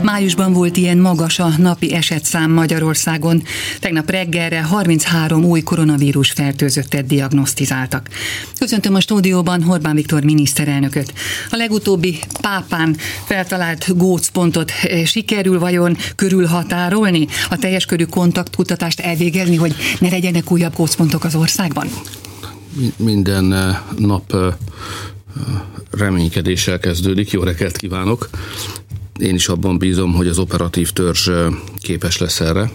Májusban volt ilyen magas a napi esetszám Magyarországon. Tegnap reggelre 33 új koronavírus fertőzöttet diagnosztizáltak. Köszöntöm a stúdióban Orbán Viktor miniszterelnököt. A legutóbbi pápán feltalált gócpontot sikerül vajon körülhatárolni? A teljes körű kontaktkutatást elvégezni, hogy ne legyenek újabb gócpontok az országban? Minden nap reménykedéssel kezdődik. Jó reggelt kívánok! Én is abban bízom, hogy az operatív törzs képes lesz erre.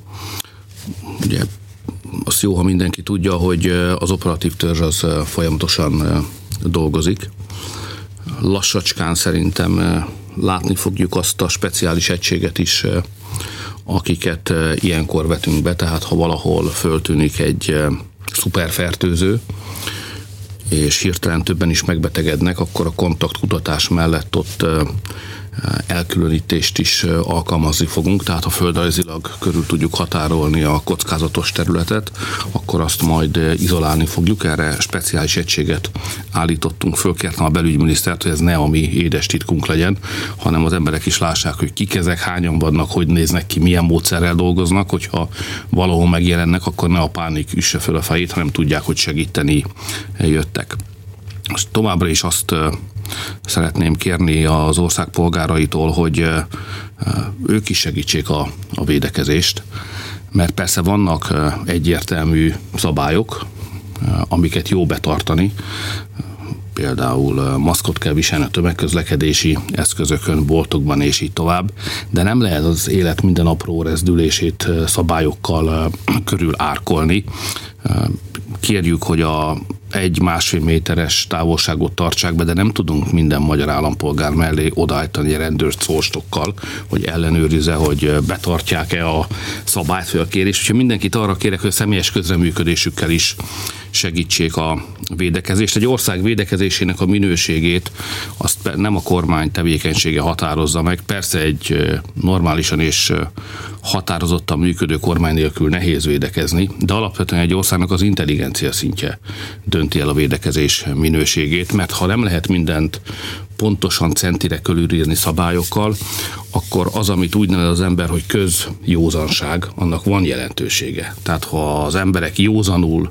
Ugye azt jó, ha mindenki tudja, hogy az operatív törzs az folyamatosan dolgozik. Lassacskán szerintem látni fogjuk azt a speciális egységet is, akiket ilyenkor vetünk be, tehát ha valahol föltűnik egy szuperfertőző, és hirtelen többen is megbetegednek, akkor a kontaktkutatás mellett ott elkülönítést is alkalmazni fogunk, tehát ha földrajzilag körül tudjuk határolni a kockázatos területet, akkor azt majd izolálni fogjuk. Erre speciális egységet állítottunk föl. Kértem a belügyminisztert, hogy ez ne a mi édes titkunk legyen, hanem az emberek is lássák, hogy kik ezek, hányan vannak, hogy néznek ki, milyen módszerrel dolgoznak, hogyha valahol megjelennek, akkor ne a pánik üsse föl a fejét, hanem tudják, hogy segíteni jöttek. Most továbbra is azt szeretném kérni az ország polgáraitól, hogy ők is segítsék a védekezést, mert persze vannak egyértelmű szabályok, amiket jó betartani, például maszkot kell viselni a tömegközlekedési eszközökön, boltokban és így tovább, de nem lehet az élet minden apró rezdülését szabályokkal körül árkolni. Kérjük, hogy a 1-1,5 méteres távolságot tartsák be, de nem tudunk minden magyar állampolgár mellé odaállítani rendőrt szóstokkal, hogy ellenőrizze, hogy betartják-e a szabályt, vagy a kérés. Úgyhogy mindenkit arra kérek, hogy a személyes közreműködésükkel is segítsék a védekezést. Egy ország védekezésének a minőségét azt nem a kormány tevékenysége határozza meg. Persze egy normálisan és határozottan működő kormány nélkül nehéz védekezni, de alapvetően egy országnak az intelligencia szintje dönti el a védekezés minőségét, mert ha nem lehet mindent pontosan centire körülírni szabályokkal, akkor az, amit úgy nevez az ember, hogy közjózanság, annak van jelentősége. Tehát ha az emberek józanul,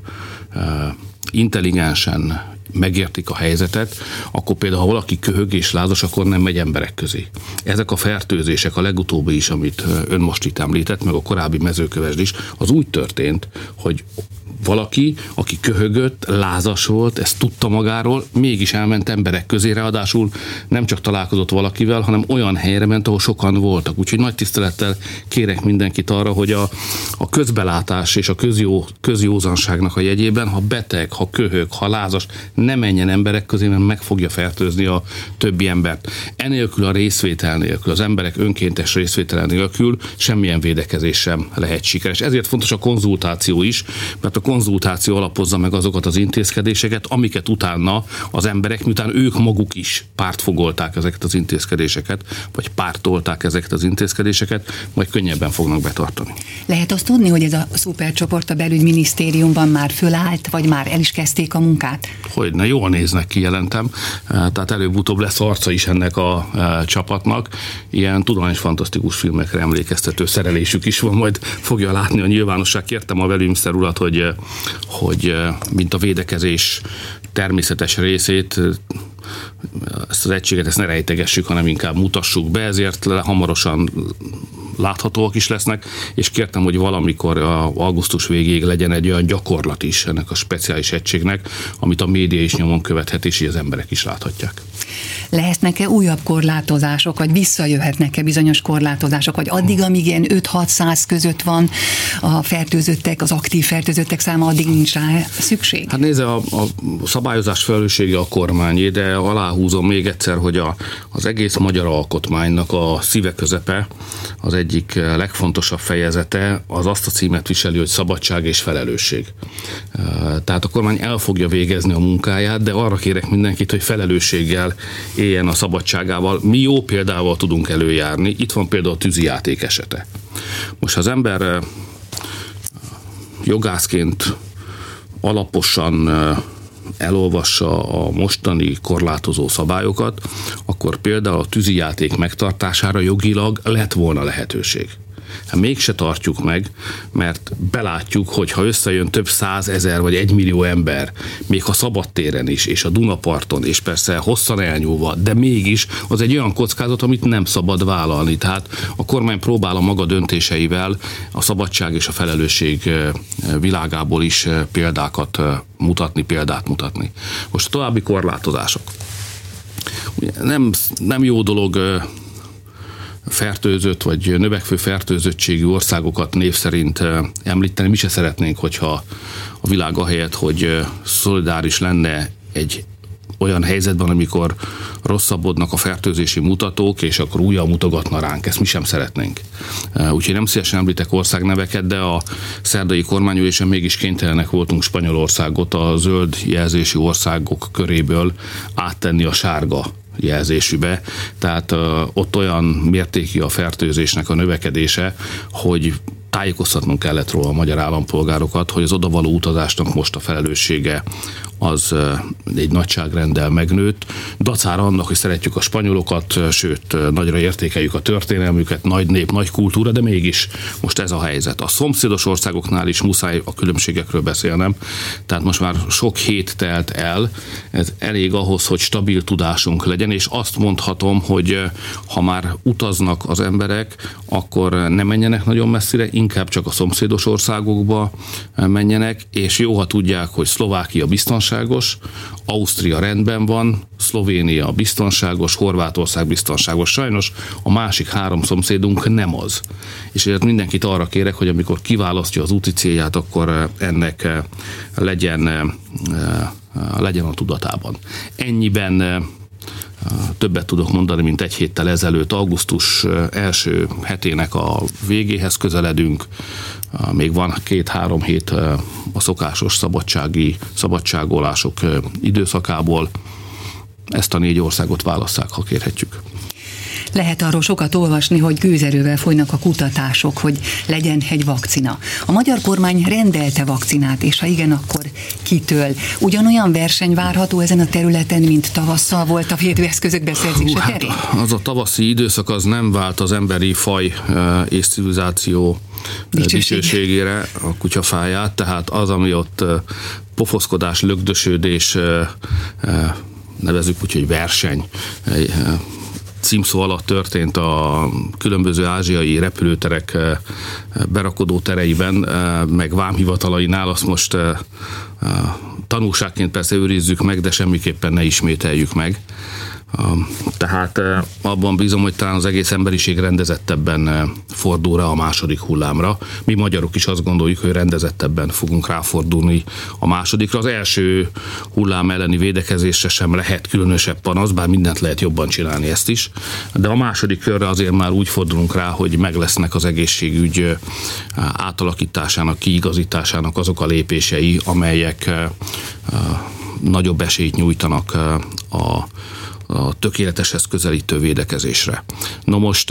intelligensen megértik a helyzetet, akkor például, ha valaki köhög és lázas, akkor nem megy emberek közé. Ezek a fertőzések, a legutóbbi is, amit ön most itt említett, meg a korábbi Mezőkövesd is, az úgy történt, hogy valaki, aki köhögött, lázas volt, ezt tudta magáról, mégis elment emberek közé, ráadásul nem csak találkozott valakivel, hanem olyan helyre ment, ahol sokan voltak. Úgyhogy nagy tisztelettel kérek mindenkit arra, hogy a közbelátás és a közjózanságnak a jegyében, ha beteg, ha köhög, ha lázas, ne menjen emberek közé, mert meg fogja fertőzni a többi embert. Enélkül a részvétel nélkül, az emberek önkéntes részvétel nélkül semmilyen védekezés sem lehet sikeres. Ezért fontos a konzultáció is, mert a konzultáció alapozza meg azokat az intézkedéseket, amiket utána az emberek, miután ők maguk is pártfogolták ezeket az intézkedéseket, vagy pártolták ezeket az intézkedéseket, majd könnyebben fognak betartani. Lehet azt tudni, hogy ez a szupercsoport a belügyminisztériumban már fölállt, vagy már el is kezdték a munkát? Hogyne, jól néznek ki, jelentem. Tehát előbb-utóbb lesz arca is ennek a csapatnak. Ilyen tudományos fantasztikus filmekre emlékeztető szerelésük is van, majd fogja látni a nyilvánosság. Kértem a belügyminiszter urat, hogy mint a védekezés természetes részét, ezt az egységet ezt ne rejtegessük, hanem inkább mutassuk be, ezért hamarosan láthatóak is lesznek, és kértem, hogy valamikor augusztus végéig legyen egy olyan gyakorlat is ennek a speciális egységnek, amit a média is nyomon követhet, és így az emberek is láthatják. Lehetnek-e újabb korlátozások, vagy visszajöhetnek-e bizonyos korlátozások, vagy addig, amíg ilyen 5-600 között van a fertőzöttek, az aktív fertőzöttek száma, addig nincs rá szükség? Hát nézze, a szabályozás felelőssége a kormányé, de aláhúzom még egyszer, hogy az egész magyar alkotmánynak a szíve közepe, az egyik legfontosabb fejezete, az azt a címet viseli, hogy szabadság és felelősség. Tehát a kormány el fogja végezni a munkáját, de arra kérek mindenkit, hogy felelősséggel éljen a szabadságával. Mi jó példával tudunk előjárni. Itt van például a tűzijáték esete. Most az ember jogászként alaposan elolvassa a mostani korlátozó szabályokat, akkor például a tűzijáték megtartására jogilag lett volna lehetőség. Hát mégse tartjuk meg, mert belátjuk, hogy ha összejön több 100 000 vagy 1 millió ember, még a szabadtéren is, és a Dunaparton, és persze hosszan elnyúlva, de mégis az egy olyan kockázat, amit nem szabad vállalni. Tehát a kormány próbál a maga döntéseivel a szabadság és a felelősség világából is példát mutatni. Most a további korlátozások. Ugye nem jó dolog fertőzött vagy növekvő fertőzöttségű országokat név szerint említeni. Mi se szeretnénk, hogyha a világ ahelyett, hogy szolidáris lenne egy olyan helyzetben, amikor rosszabbodnak a fertőzési mutatók, és akkor újra mutogatna ránk. Ezt mi sem szeretnénk. Úgyhogy nem szívesen említek országneveket, de a szerdai kormányülésen mégis kénytelenek voltunk Spanyolországot a zöld jelzésű országok köréből áttenni a sárga jelzésűbe, tehát ott olyan mértékű a fertőzésnek a növekedése, hogy tájékoztatnunk kellett róla a magyar állampolgárokat, hogy az odavaló utazásnak most a felelőssége az egy nagyságrenddel megnőtt. Dacára annak, hogy szeretjük a spanyolokat, sőt, nagyra értékeljük a történelmüket, nagy nép, nagy kultúra, de mégis most ez a helyzet. A szomszédos országoknál is muszáj a különbségekről beszélnem, tehát most már sok hét telt el, ez elég ahhoz, hogy stabil tudásunk legyen, és azt mondhatom, hogy ha már utaznak az emberek, akkor ne menjenek nagyon messzire, inkább csak a szomszédos országokba menjenek, és jó, ha tudják, hogy Szlovákia biztonságos, Ausztria rendben van, Szlovénia biztonságos, Horvátország biztonságos. Sajnos a másik 3 szomszédunk nem az. És ezért mindenkit arra kérek, hogy amikor kiválasztja az úti célját, akkor ennek legyen a tudatában. Ennyiben többet tudok mondani, mint egy héttel ezelőtt. Augusztus első hetének a végéhez közeledünk. Még van 2-3 hét a szokásos szabadságolások időszakából. Ezt a 4 országot válasszák, ha kérhetjük. Lehet arról sokat olvasni, hogy gőzerővel folynak a kutatások, hogy legyen egy vakcina. A magyar kormány rendelte vakcinát, és ha igen, akkor kitől? Ugyanolyan verseny várható ezen a területen, mint tavasszal volt a védőeszközök beszerzése terén? Az a tavaszi időszak az nem vált az emberi faj és civilizáció dicsőségére a kutyafáját, tehát az, ami ott pofoszkodás, lögdösödés, nevezzük úgy, hogy verseny, címszó alatt történt a különböző ázsiai repülőterek berakodó tereiben, meg vámhivatalainál, azt most tanulságként persze őrizzük meg, de semmiképpen ne ismételjük meg. Tehát abban bízom, hogy talán az egész emberiség rendezettebben fordul rá a második hullámra. Mi magyarok is azt gondoljuk, hogy rendezettebben fogunk ráfordulni a másodikra. Az első hullám elleni védekezésre sem lehet különösebb panasz, bár mindent lehet jobban csinálni ezt is. De a második körre azért már úgy fordulunk rá, hogy meg lesznek az egészségügy átalakításának, kiigazításának azok a lépései, amelyek nagyobb esélyt nyújtanak a tökéleteshez közelítő védekezésre. Na most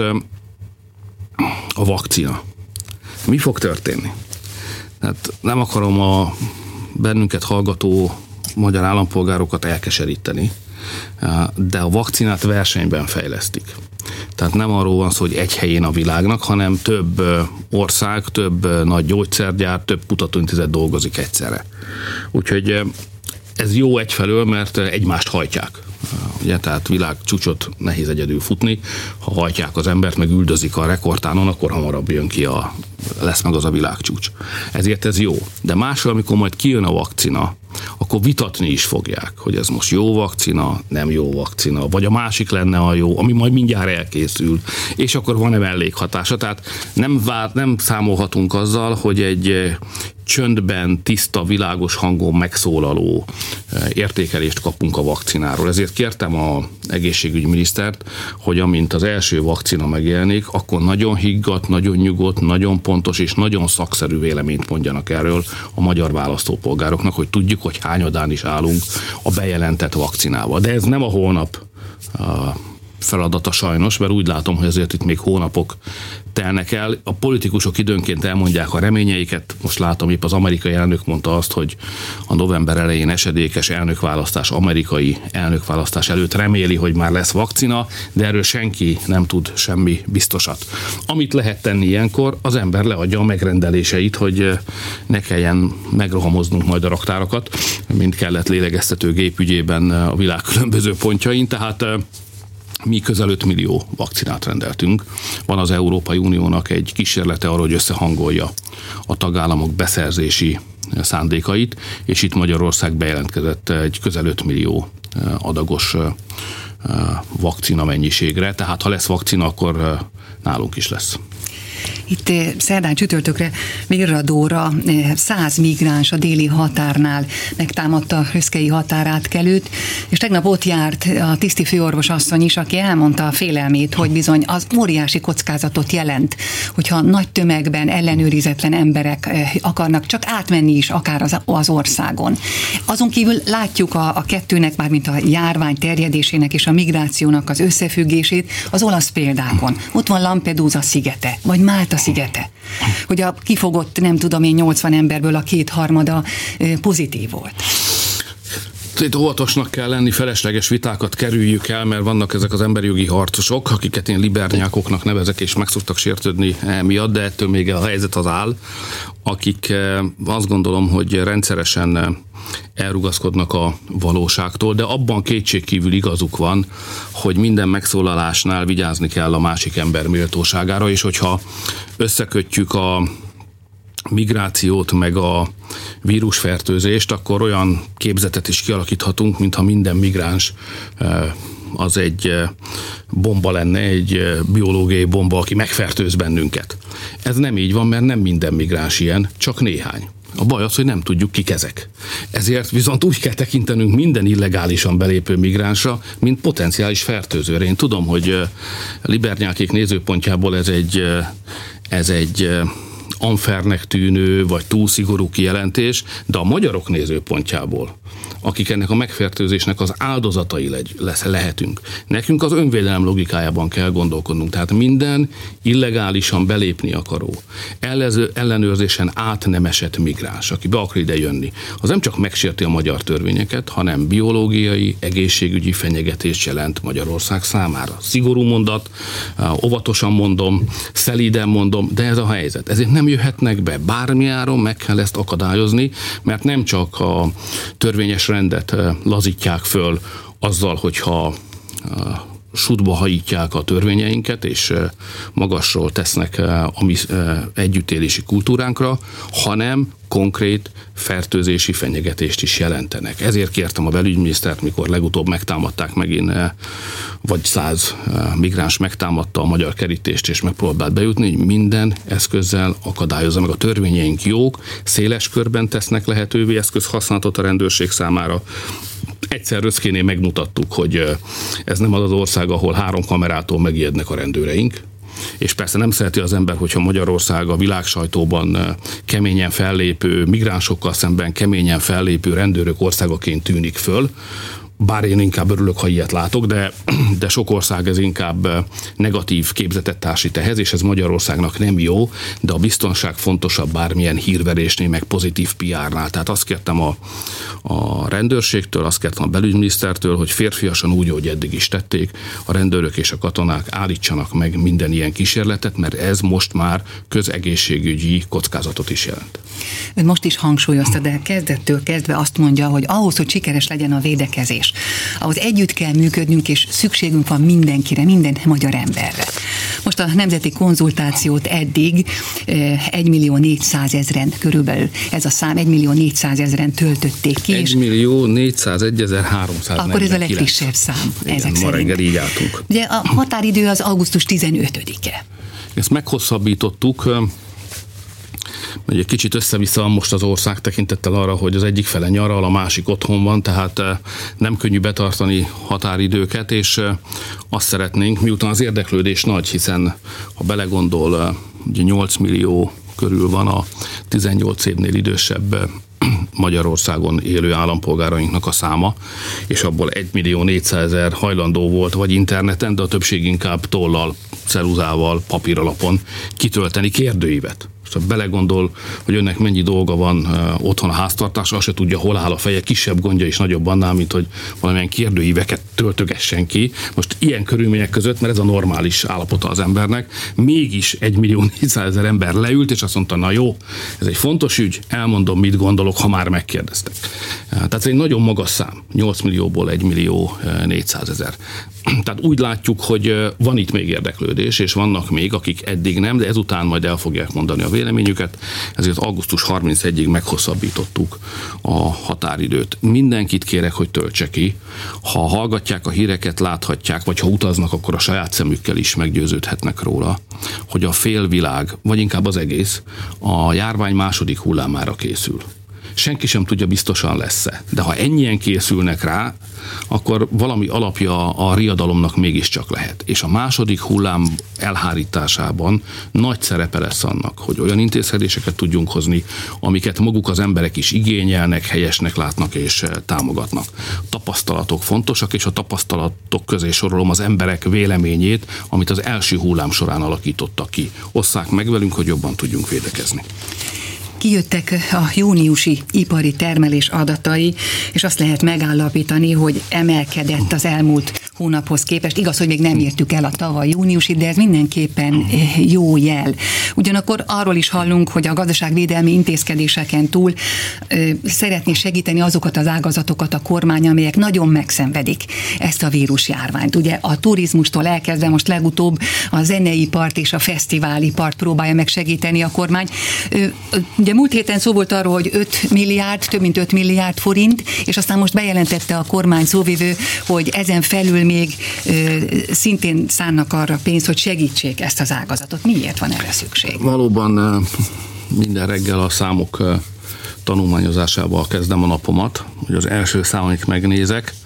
a vakcina. Mi fog történni? Hát nem akarom a bennünket hallgató magyar állampolgárokat elkeseríteni, de a vakcinát versenyben fejlesztik. Tehát nem arról van szó, hogy egy helyén a világnak, hanem több ország, több nagy gyógyszergyár, több kutatóintézet dolgozik egyszerre. Úgyhogy ez jó egyfelől, mert egymást hajtják. Ugye, tehát világcsúcsot nehéz egyedül futni, ha hajtják az embert, meg üldözik a rekordtánon, akkor hamarabb jön ki lesz meg az a világcsúcs. Ezért ez jó. De másról, amikor majd kijön a vakcina, akkor vitatni is fogják, hogy ez most jó vakcina, nem jó vakcina, vagy a másik lenne a jó, ami majd mindjárt elkészül, és akkor van-e mellékhatása. Tehát nem számolhatunk azzal, hogy egy csöndben, tiszta, világos hangon megszólaló értékelést kapunk a vakcináról. Ezért kértem az egészségügyminisztert, hogy amint az első vakcina megjelenik, akkor nagyon higgadt, nagyon nyugodt, nagyon pontos és nagyon szakszerű véleményt mondjanak erről a magyar választópolgároknak, hogy tudjuk, hogy hányadán is állunk a bejelentett vakcinával. De ez nem a holnap feladata sajnos, mert úgy látom, hogy ezért itt még hónapok telnek el. A politikusok időnként elmondják a reményeiket. Most látom, épp az amerikai elnök mondta azt, hogy a november elején esedékes elnökválasztás, amerikai elnökválasztás előtt reméli, hogy már lesz vakcina, de erről senki nem tud semmi biztosat. Amit lehet tenni ilyenkor, az ember leadja a megrendeléseit, hogy ne kelljen megrohamoznunk majd a raktárakat, mint kellett lélegeztető gép ügyében a világ különböző pontjain, tehát mi közel 5 millió vakcinát rendeltünk. Van az Európai Uniónak egy kísérlete arra, hogy összehangolja a tagállamok beszerzési szándékait, és itt Magyarország bejelentkezett egy közel 5 millió adagos vakcina mennyiségre, tehát ha lesz vakcina, akkor nálunk is lesz. Itt szerdán csütörtökre Virradóra 100 migráns a déli határnál megtámadta a röszkei határátkelőt, és tegnap ott járt a tiszti főorvos asszony is, aki elmondta a félelmét, hogy bizony az óriási kockázatot jelent, hogyha nagy tömegben ellenőrizetlen emberek akarnak csak átmenni is akár az országon. Azon kívül látjuk a kettőnek, mármint a járvány terjedésének és a migrációnak az összefüggését az olasz példákon. Ott van Lampedusa szigete, vagy Málta szigete, hogy a kifogott, nem tudom én, 80 emberből a 2/3 pozitív volt. Itt óvatosnak kell lenni, felesleges vitákat kerüljük el, mert vannak ezek az emberi jogi harcosok, akiket én libernyákoknak nevezek, és meg szoktak sértődni emiatt, de ettől még a helyzet az áll, akik azt gondolom, hogy rendszeresen elrugaszkodnak a valóságtól, de abban kétségkívül igazuk van, hogy minden megszólalásnál vigyázni kell a másik ember méltóságára, és hogyha összekötjük a migrációt meg a vírusfertőzést, akkor olyan képzetet is kialakíthatunk, mintha minden migráns az egy bomba lenne, egy biológiai bomba, aki megfertőz bennünket. Ez nem így van, mert nem minden migráns ilyen, csak néhány. A baj az, hogy nem tudjuk, kik ezek. Ezért viszont úgy kell tekintenünk minden illegálisan belépő migránsra, mint potenciális fertőzőre. Én tudom, hogy libernyákék nézőpontjából ez egy unfairnek tűnő, vagy túl szigorú kijelentés, de a magyarok nézőpontjából, akik ennek a megfertőzésnek az áldozatai lehetünk. Nekünk az önvédelem logikájában kell gondolkodnunk. Tehát minden illegálisan belépni akaró, ellenőrzésen át nem esett migráns, aki be akar ide jönni, az nem csak megsérti a magyar törvényeket, hanem biológiai, egészségügyi fenyegetést jelent Magyarország számára. Szigorú mondat, óvatosan mondom, szelíden mondom, de ez a helyzet. Ezért nem jöhetnek be. Bármi áron meg kell ezt akadályozni, mert nem csak a törvényes rendet lazítják föl azzal, hogyha sútba hajítják a törvényeinket, és magasról tesznek a mi együttélési kultúránkra, hanem konkrét fertőzési fenyegetést is jelentenek. Ezért kértem a belügyminisztert, mikor legutóbb megtámadták megint, vagy 100 migráns megtámadta a magyar kerítést, és megpróbált bejutni, hogy minden eszközzel akadályozza meg. A törvényeink jók, széles körben tesznek lehetővé eszközhasználatot a rendőrség számára. Egyszer Röszkénél megmutattuk, hogy ez nem az az ország, ahol 3 kamerától megijednek a rendőreink, és persze nem szereti az ember, hogyha Magyarország a világsajtóban keményen fellépő, migránsokkal szemben keményen fellépő rendőrök országaként tűnik föl, bár én inkább örülök, ha ilyet látok, de sok ország ez inkább negatív képzetet társít ehhez, és ez Magyarországnak nem jó, de a biztonság fontosabb bármilyen hírverésnél, meg pozitív PR-nál. Tehát azt kértem a rendőrségtől, azt kértem a belügyminisztertől, hogy férfiasan úgy, hogy eddig is tették, a rendőrök és a katonák állítsanak meg minden ilyen kísérletet, mert ez most már közegészségügyi kockázatot is jelent. Ön most is hangsúlyozta, de kezdettől kezdve azt mondja, hogy ahhoz, hogy sikeres legyen a védekezés, ahhoz együtt kell működnünk, és szükségünk van mindenkire, minden magyar emberre. Most a nemzeti konzultációt eddig 1.400.000 körülbelül, ez a szám 1.400.000 töltötték ki. 1.401.349. Akkor ez a legfrissebb szám. Igen, ezek ma szerint. reggel így álltunk. Ugye a határidő az augusztus 15-e. Ezt meghosszabbítottuk, hogy egy kicsit össze-vissza most az ország tekintettel arra, hogy az egyik fele nyaral, a másik otthon van, tehát nem könnyű betartani határidőket, és azt szeretnénk, miután az érdeklődés nagy, hiszen ha belegondol, ugye 8 millió körül van a 18 évnél idősebb Magyarországon élő állampolgárainknak a száma, és abból 1.400.000 hajlandó volt vagy interneten, de a többség inkább tollal, ceruzával, papíralapon kitölteni kérdőívet. Ha belegondol, hogy önnek mennyi dolga van otthon a háztartás, azt se tudja, hol áll a feje, kisebb gondja is nagyobb annál, mint hogy valamilyen kérdőíveket töltögessen ki. Most ilyen körülmények között, mert ez a normális állapota az embernek, mégis 1.400.000 ember leült, és azt mondta, na jó, ez egy fontos ügy, elmondom, mit gondolok, ha már megkérdeztek. Tehát ez egy nagyon magas szám, 8 millióból 1.400.000. Tehát úgy látjuk, hogy van itt még érdeklődés, és vannak még, akik eddig nem, de ezután majd el fogják mondani a véleményüket, ezért augusztus 31-ig meghosszabbítottuk a határidőt. Mindenkit kérek, hogy töltse ki. Ha hallgatják a híreket, láthatják, vagy ha utaznak, akkor a saját szemükkel is meggyőződhetnek róla, hogy a félvilág, vagy inkább az egész, a járvány második hullámára készül. Senki sem tudja, biztosan lesz-e. De ha ennyien készülnek rá, akkor valami alapja a riadalomnak mégiscsak lehet. És a második hullám elhárításában nagy szerepe lesz annak, hogy olyan intézkedéseket tudjunk hozni, amiket maguk az emberek is igényelnek, helyesnek látnak és támogatnak. Tapasztalatok fontosak, és a tapasztalatok közé sorolom az emberek véleményét, amit az első hullám során alakítottak ki. Osszák meg velünk, hogy jobban tudjunk védekezni. Kijöttek a júniusi ipari termelés adatai, és azt lehet megállapítani, hogy emelkedett az elmúlt hónaphoz képest. Igaz, hogy még nem értük el a tavaly júniusi, de ez mindenképpen jó jel. Ugyanakkor arról is hallunk, hogy a gazdaságvédelmi intézkedéseken túl szeretné segíteni azokat az ágazatokat a kormány, amelyek nagyon megszenvedik ezt a vírusjárványt. Ugye a turizmustól elkezdve most legutóbb a zeneipart és a fesztiválipart próbálja meg segíteni a kormány. Ugye múlt héten szó volt arról, hogy 5 milliárd, több mint 5 milliárd forint, és aztán most bejelentette a kormány szóvivő, hogy ezen felül még szintén szánnak arra pénzt, hogy segítsék ezt az ágazatot. Miért van erre szükség? Valóban minden reggel a számok tanulmányozásával kezdem a napomat, hogy az első szám, amit megnézek,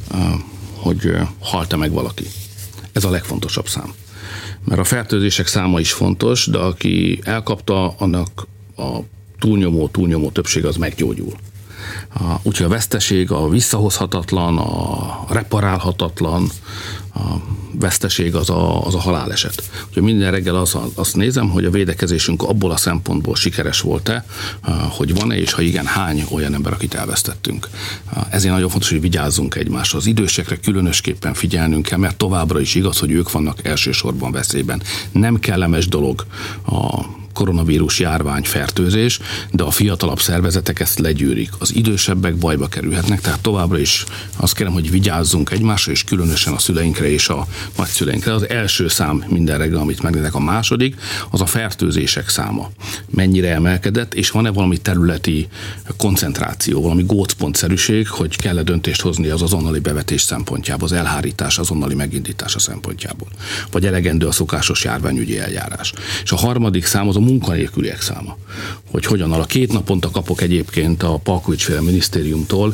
hogy halt-e meg valaki. Ez a legfontosabb szám. Mert a fertőzések száma is fontos, de aki elkapta, annak a túlnyomó többség az meggyógyul. Úgyhogy a veszteség, a visszahozhatatlan, a reparálhatatlan, a veszteség az a haláleset. Úgyhogy minden reggel azt nézem, hogy a védekezésünk abból a szempontból sikeres volt-e, hogy van-e, és ha igen, hány olyan ember, akit elvesztettünk. Ezért nagyon fontos, hogy vigyázzunk egymásra. Az idősekre különösképpen figyelnünk kell, mert továbbra is igaz, hogy ők vannak elsősorban veszélyben. Nem kellemes dolog a koronavírus járvány fertőzés, de a fiatalabb szervezetek ezt legyűrik. Az idősebbek bajba kerülhetnek, tehát továbbra is azt kérem, hogy vigyázzunk egymásra, és különösen a szüleinkre és a nagyszüleinkre. Az első szám minden reggel, amit megnézek, a második, az a fertőzések száma. Mennyire emelkedett, és van-e valami területi koncentráció, valami gócpontszerűség, hogy kell-e döntést hozni az azonnali bevetés szempontjából, az elhárítás azonnali megindítása szempontjából. Vagy elegendő a szokásos járványügyi eljárás. És a harmadik szám az a munkanélküliek száma. Hogy hogyan áll. 2 naponta kapok egyébként a Palkovics-féle minisztériumtól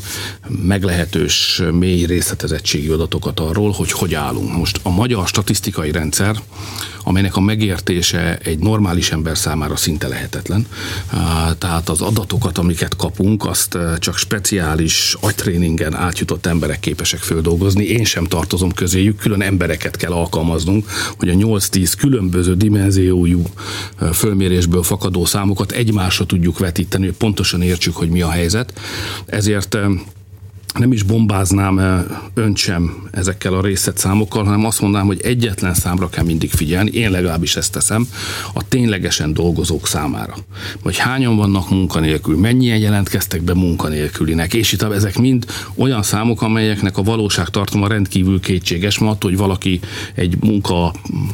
meglehetős mély részletezettségi adatokat arról, hogy állunk. Most a magyar statisztikai rendszer, amelynek a megértése egy normális ember számára szinte lehetetlen. Tehát az adatokat, amiket kapunk, azt csak speciális agytréningen átjutott emberek képesek földolgozni. Én sem tartozom közéjük, külön embereket kell alkalmaznunk, hogy a 8-10 különböző dimenziójú fölmérésből fakadó számokat egymásra tudjuk vetíteni, hogy pontosan értsük, hogy mi a helyzet. Ezért nem is bombáznám önt sem ezekkel a részletszámokkal, hanem azt mondanám, hogy egyetlen számra kell mindig figyelni, én legalábbis ezt teszem, a ténylegesen dolgozók számára. Vagy hányan vannak munkanélkül, mennyien jelentkeztek be munkanélkülinek, és itt ezek mind olyan számok, amelyeknek a valóságtartalma rendkívül kétséges, mert attól, hogy valaki egy munka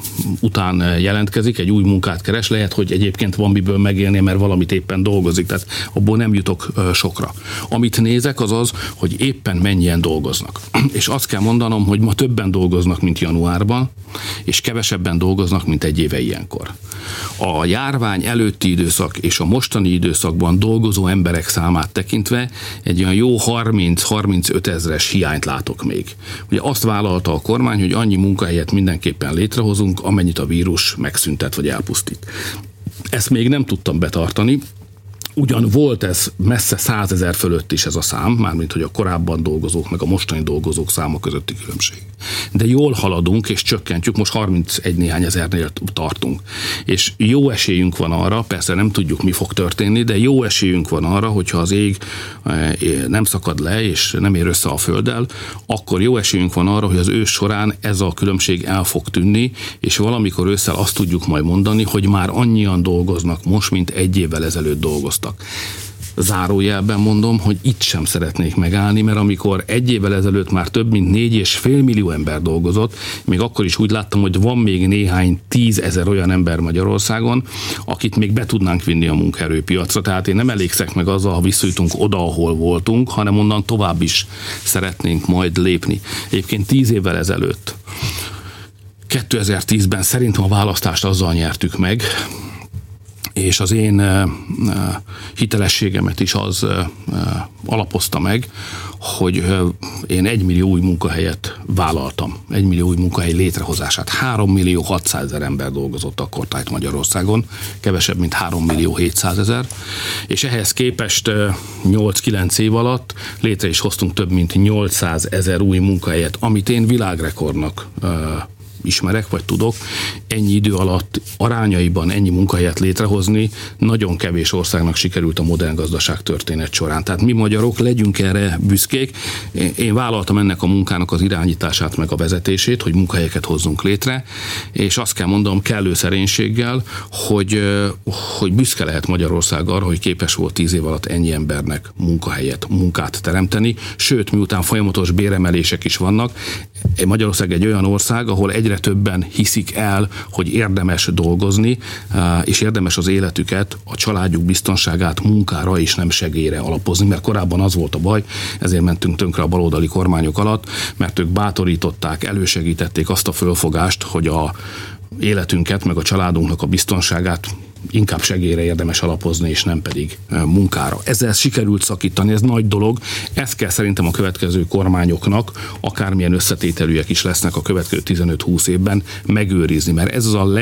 után jelentkezik, egy új munkát keres, lehet, hogy egyébként van miből megélni, mert valamit éppen dolgozik, tehát abból nem jutok sokra. Amit nézek, az az, hogy éppen mennyien dolgoznak. És azt kell mondanom, hogy ma többen dolgoznak, mint januárban, és kevesebben dolgoznak, mint egy éve ilyenkor. A járvány előtti időszak és a mostani időszakban dolgozó emberek számát tekintve egy olyan jó 30-35 ezres hiányt látok még. Ugye azt vállalta a kormány, hogy annyi munkahelyet mindenképpen létrehozunk, amennyit a vírus megszüntet vagy elpusztít. Ezt még nem tudtam betartani, Ugyan volt ez messze 100 000 fölött is ez a szám, mármint hogy a korábban dolgozók meg a mostani dolgozók száma közötti különbség. De jól haladunk és csökkentjük, most 31 néhány ezernél tartunk. És jó esélyünk van arra, persze nem tudjuk mi fog történni, de jó esélyünk van arra, hogyha az ég nem szakad le és nem ér össze a földdel, akkor jó esélyünk van arra, hogy az ősz során ez a különbség el fog tűnni, és valamikor ősszel azt tudjuk majd mondani, hogy már annyian dolgoznak most, mint egy évvel ezelőtt dolgoztak. Zárójelben mondom, hogy itt sem szeretnék megállni, mert amikor egy évvel ezelőtt már több mint 4,5 millió ember dolgozott, még akkor is úgy láttam, hogy van még néhány 10 000 olyan ember Magyarországon, akit még be tudnánk vinni a munkaerőpiacra. Tehát én nem elégszek meg azzal, ha visszajutunk oda, ahol voltunk, hanem onnan tovább is szeretnénk majd lépni. Egyébként 10 évvel ezelőtt, 2010-ben szerintem a választást azzal nyertük meg, és az én hitelességemet is az alapozta meg, hogy én 1 millió új munkahelyet vállaltam, 1 millió új munkahely létrehozását. 3.600.000 ember dolgozott akkor tájt Magyarországon, kevesebb, mint 3.700.000, és ehhez képest 8-9 év alatt létre is hoztunk több mint 800.000 új munkahelyet, amit én világrekordnak ismerek, vagy tudok, ennyi idő alatt arányaiban ennyi munkahelyet létrehozni nagyon kevés országnak sikerült a modern gazdaság történet során. Tehát mi magyarok legyünk erre büszkék. Én vállaltam ennek a munkának az irányítását meg a vezetését, hogy munkahelyeket hozzunk létre, és azt kell mondanom kellő szerénységgel, hogy büszke lehet Magyarország arra, hogy képes volt 10 év alatt ennyi embernek munkát teremteni, sőt, miután folyamatos béremelések is vannak, Magyarország egy olyan ország, ahol egyre többen hiszik el, hogy érdemes dolgozni, és érdemes az életüket, a családjuk biztonságát munkára és nem segélyre alapozni, mert korábban az volt a baj, ezért mentünk tönkre a baloldali kormányok alatt, mert ők bátorították, elősegítették azt a fölfogást, hogy a életünket, meg a családunknak a biztonságát inkább segélyre érdemes alapozni, és nem pedig munkára. Ezzel sikerült szakítani, ez nagy dolog. Ezt kell szerintem a következő kormányoknak, akármilyen összetételűek is lesznek a következő 15-20 évben megőrizni, mert ez az a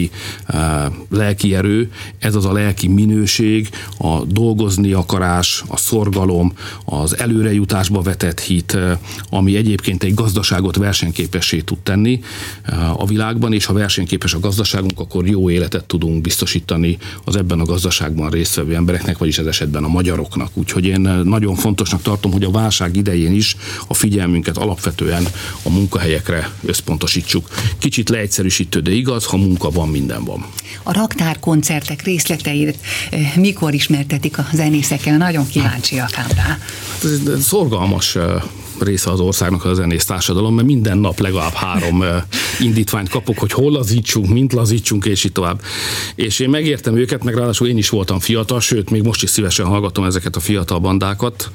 lelki erő, ez az a lelki minőség, a dolgozni akarás, a szorgalom, az előrejutásba vetett hit, ami egyébként egy gazdaságot versenyképessé tud tenni a világban, és ha versenyképes a gazdaságunk, akkor jó életet tudunk biztosítani az ebben a gazdaságban résztvevő embereknek, vagyis ez esetben a magyaroknak. Úgyhogy én nagyon fontosnak tartom, hogy a válság idején is a figyelmünket alapvetően a munkahelyekre összpontosítsuk. Kicsit leegyszerűsítő, de igaz, ha munka van, minden van. A raktárkoncertek részleteit mikor ismertetik a zenészekkel? Nagyon kíváncsiak ám rá. Ez szorgalmas része az országnak a zenész társadalom, mert minden nap legalább 3 indítványt kapok, hogy hol lazítsunk, mint lazítsunk, és így tovább. És én megértem őket, meg ráadásul én is voltam fiatal, sőt, még most is szívesen hallgatom ezeket a fiatal bandákat.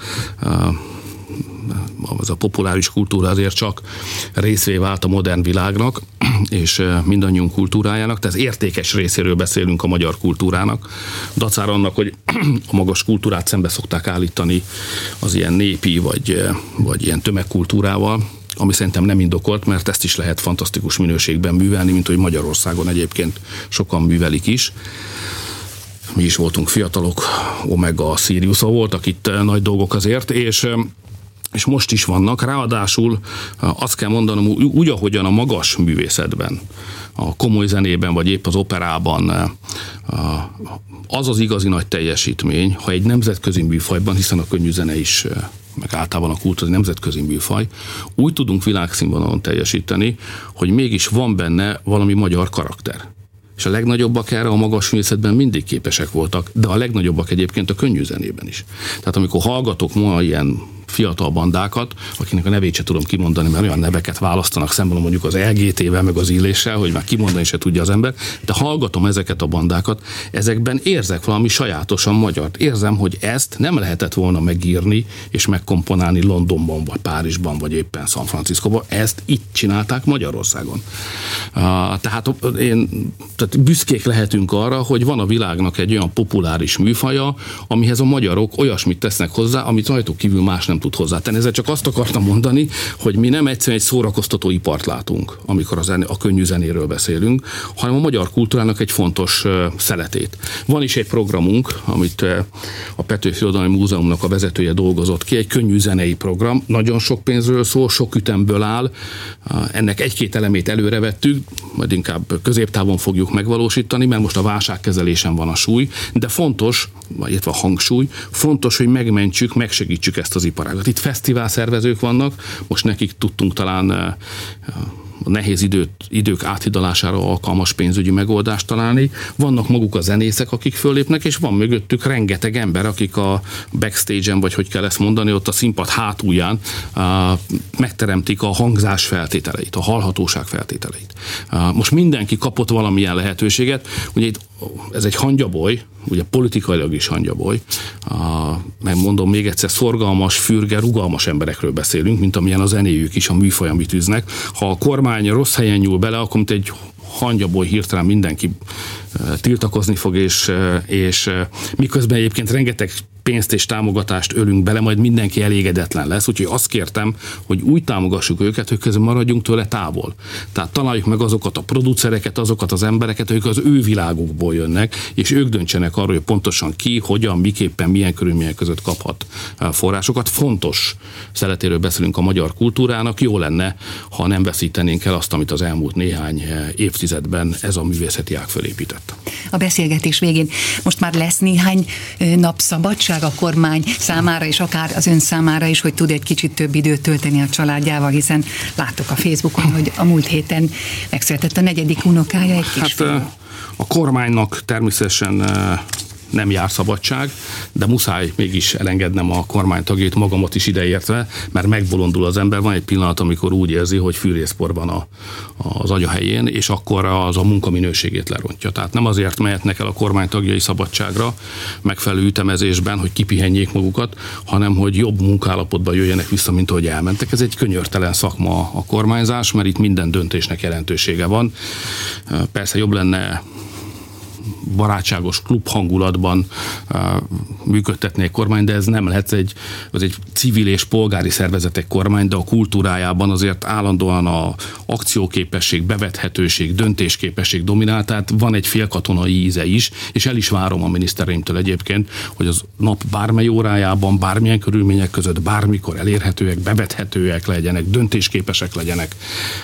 Az a populáris kultúra azért csak részvé vált a modern világnak, és mindannyiunk kultúrájának, tehát értékes részéről beszélünk a magyar kultúrának. Dacára annak, hogy a magas kultúrát szembe szokták állítani az ilyen népi, vagy ilyen tömegkultúrával, ami szerintem nem indokolt, mert ezt is lehet fantasztikus minőségben művelni, mint hogy Magyarországon egyébként sokan művelik is. Mi is voltunk fiatalok, Omega, Sirius, voltak itt nagy dolgok azért, és most is vannak, ráadásul azt kell mondanom, úgy, ahogyan a magas művészetben, a komoly zenében, vagy épp az operában az az igazi nagy teljesítmény, ha egy nemzetközi műfajban, hiszen a könnyű zene is, meg általában a kultúra nemzetközi műfaj, úgy tudunk világszínvonalon teljesíteni, hogy mégis van benne valami magyar karakter. És a legnagyobbak erre a magas művészetben mindig képesek voltak, de a legnagyobbak egyébként a könnyű zenében is. Tehát amikor hallgatok ma ilyen fiatal bandákat, akinek a nevét sem tudom kimondani, mert olyan neveket választanak szemben mondjuk az LGT-vel, meg az Illéssel, hogy már kimondani se tudja az ember, de hallgatom ezeket a bandákat, ezekben érzek valami sajátosan magyart. Érzem, hogy ezt nem lehetett volna megírni és megkomponálni Londonban, vagy Párizsban, vagy éppen San Franciscóban, ezt itt csinálták Magyarországon. Tehát büszkék lehetünk arra, hogy van a világnak egy olyan populáris műfaja, amihez a magyarok olyasmit tesznek hozzá, amit rajtuk kívül más nem tud hozzátenni. Ezzel csak azt akartam mondani, hogy mi nem egyszerűen egy szórakoztató ipart látunk, amikor a könnyű zenéről beszélünk, hanem a magyar kultúrának egy fontos szeletét. Van is egy programunk, amit a Petőfi Irodalmi Múzeumnak a vezetője dolgozott ki, egy könnyű zenei program, nagyon sok pénzről szól, sok ütemből áll, ennek egy-két elemét előre vettük, majd inkább középtávon fogjuk megvalósítani, mert most a válságkezelésen van a súly, de fontos, illetve a hangsúly, fontos, hogy megmentsük, megsegítsük ezt az iparágat. Itt fesztiválszervezők vannak, most nekik tudtunk talán a nehéz idők áthidalására alkalmas pénzügyi megoldást találni. Vannak maguk a zenészek, akik föllépnek, és van mögöttük rengeteg ember, akik a backstage-en, vagy hogy kell ezt mondani, ott a színpad hátulján megteremtik a hangzás feltételeit, a hallhatóság feltételeit. Most mindenki kapott valamilyen lehetőséget. Ugye itt ez egy hangyaboly, ugye politikailag is hangyaboly, megmondom még egyszer, szorgalmas, fürge, rugalmas emberekről beszélünk, mint amilyen a zenéjük is, a műfaj, amit üznek. Ha a kormány rossz helyen nyúl bele, akkor mint egy hangyaboly hirtelen mindenki tiltakozni fog, és miközben egyébként rengeteg pénzt és támogatást ölünk bele, majd mindenki elégedetlen lesz, úgyhogy azt kértem, hogy úgy támogassuk őket, hogy közben maradjunk tőle távol. Tehát találjuk meg azokat a producereket, azokat az embereket, akik az ő világukból jönnek, és ők döntsenek arról, hogy pontosan ki, hogyan, miképpen, milyen körülmények között kaphat forrásokat. Fontos szeletéről beszélünk a magyar kultúrának, jó lenne, ha nem veszítenénk el azt, amit az elmúlt néhány évtizedben ez a művészeti ág fölépített. A beszélgetés végén most már lesz néhány nap szabadság a kormány számára, és akár az ön számára is, hogy tud egy kicsit több időt tölteni a családjával, hiszen láttuk a Facebookon, hogy a múlt héten megszületett a 4. unokája, egy kisfiú. Hát a kormánynak természetesen nem jár szabadság, de muszáj mégis elengednem a kormánytagjait, magamat is ideértve, mert megbolondul az ember. Van egy pillanat, amikor úgy érzi, hogy fűrészpor van az agya helyén, és akkor az a munkaminőségét lerontja. Tehát nem azért mehetnek el a kormánytagjai szabadságra, megfelelő ütemezésben, hogy kipihenjék magukat, hanem hogy jobb munkállapotban jöjjenek vissza, mint ahogy elmentek. Ez egy könyörtelen szakma a kormányzás, mert itt minden döntésnek jelentősége van. Persze jobb lenne barátságos klub hangulatban működtetni egy kormány, de ez nem lehet, az egy civil és polgári szervezetek kormány, de a kultúrájában azért állandóan a akcióképesség, bevethetőség, döntésképesség dominál, tehát van egy félkatonai íze is, és el is várom a minisztereimtől egyébként, hogy az nap bármely órájában, bármilyen körülmények között, bármikor elérhetőek, bevethetőek legyenek, döntésképesek legyenek.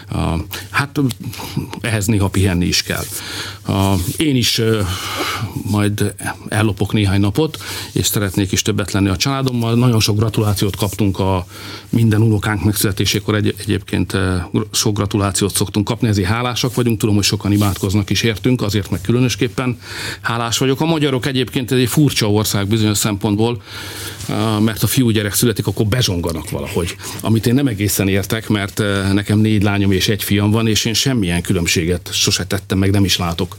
Hát ehhez néha pihenni is kell. Én is majd ellopok néhány napot, és szeretnék is többet lenni a családommal. Nagyon sok gratulációt kaptunk a minden unokánk megszületésékor, egyébként sok gratulációt szoktunk kapni, ezért hálásak vagyunk, tudom, hogy sokan imádkoznak is értünk, azért meg különösképpen hálás vagyok. A magyarok egyébként egy furcsa ország bizonyos szempontból, mert a fiúgyerek születik, akkor bezsonganak valahogy. Amit én nem egészen értek, mert nekem 4 lányom és 1 fiam van, és én semmilyen különbséget sose tettem, meg nem is látok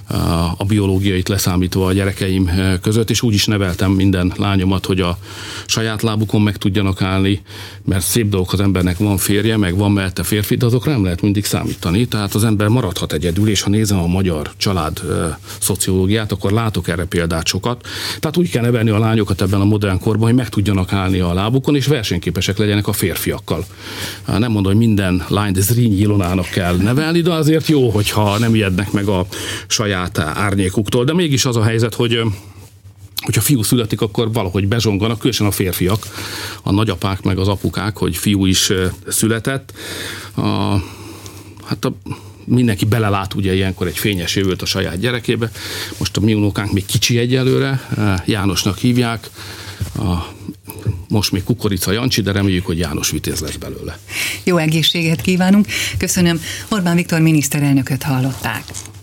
a biológiait leszámítva a gyerekeim között, és úgy is neveltem minden lányomat, hogy a saját lábukon meg tudjanak állni, mert szép dolgok, az embernek van férje, meg van mellette férfi, de azokra nem lehet mindig számítani, tehát az ember maradhat egyedül, és ha nézem a magyar család szociológiát, akkor látok erre példát sokat. Tehát úgy kell nevelni a lányokat ebben a modern korban, hogy meg tudjanak állni a lábukon, és versenyképesek legyenek a férfiakkal. Nem mondom, hogy minden lányt Zrínyi Ilonának kell nevelni, de azért jó, hogyha nem ijednek meg a saját árnyékuktól. De mégis az a helyzet, hogyha fiú születik, akkor valahogy bezsonganak, különösen a férfiak, nagyapák meg az apukák, hogy fiú is született. Mindenki belelát ugye ilyenkor egy fényes jövőt a saját gyerekébe. Most a mi unokánk még kicsi egyelőre, Jánosnak hívják, most még Kukorica Jancsi, de reméljük, hogy János Vitéz lesz belőle. Jó egészséget kívánunk. Köszönöm. Orbán Viktor miniszterelnököt hallották.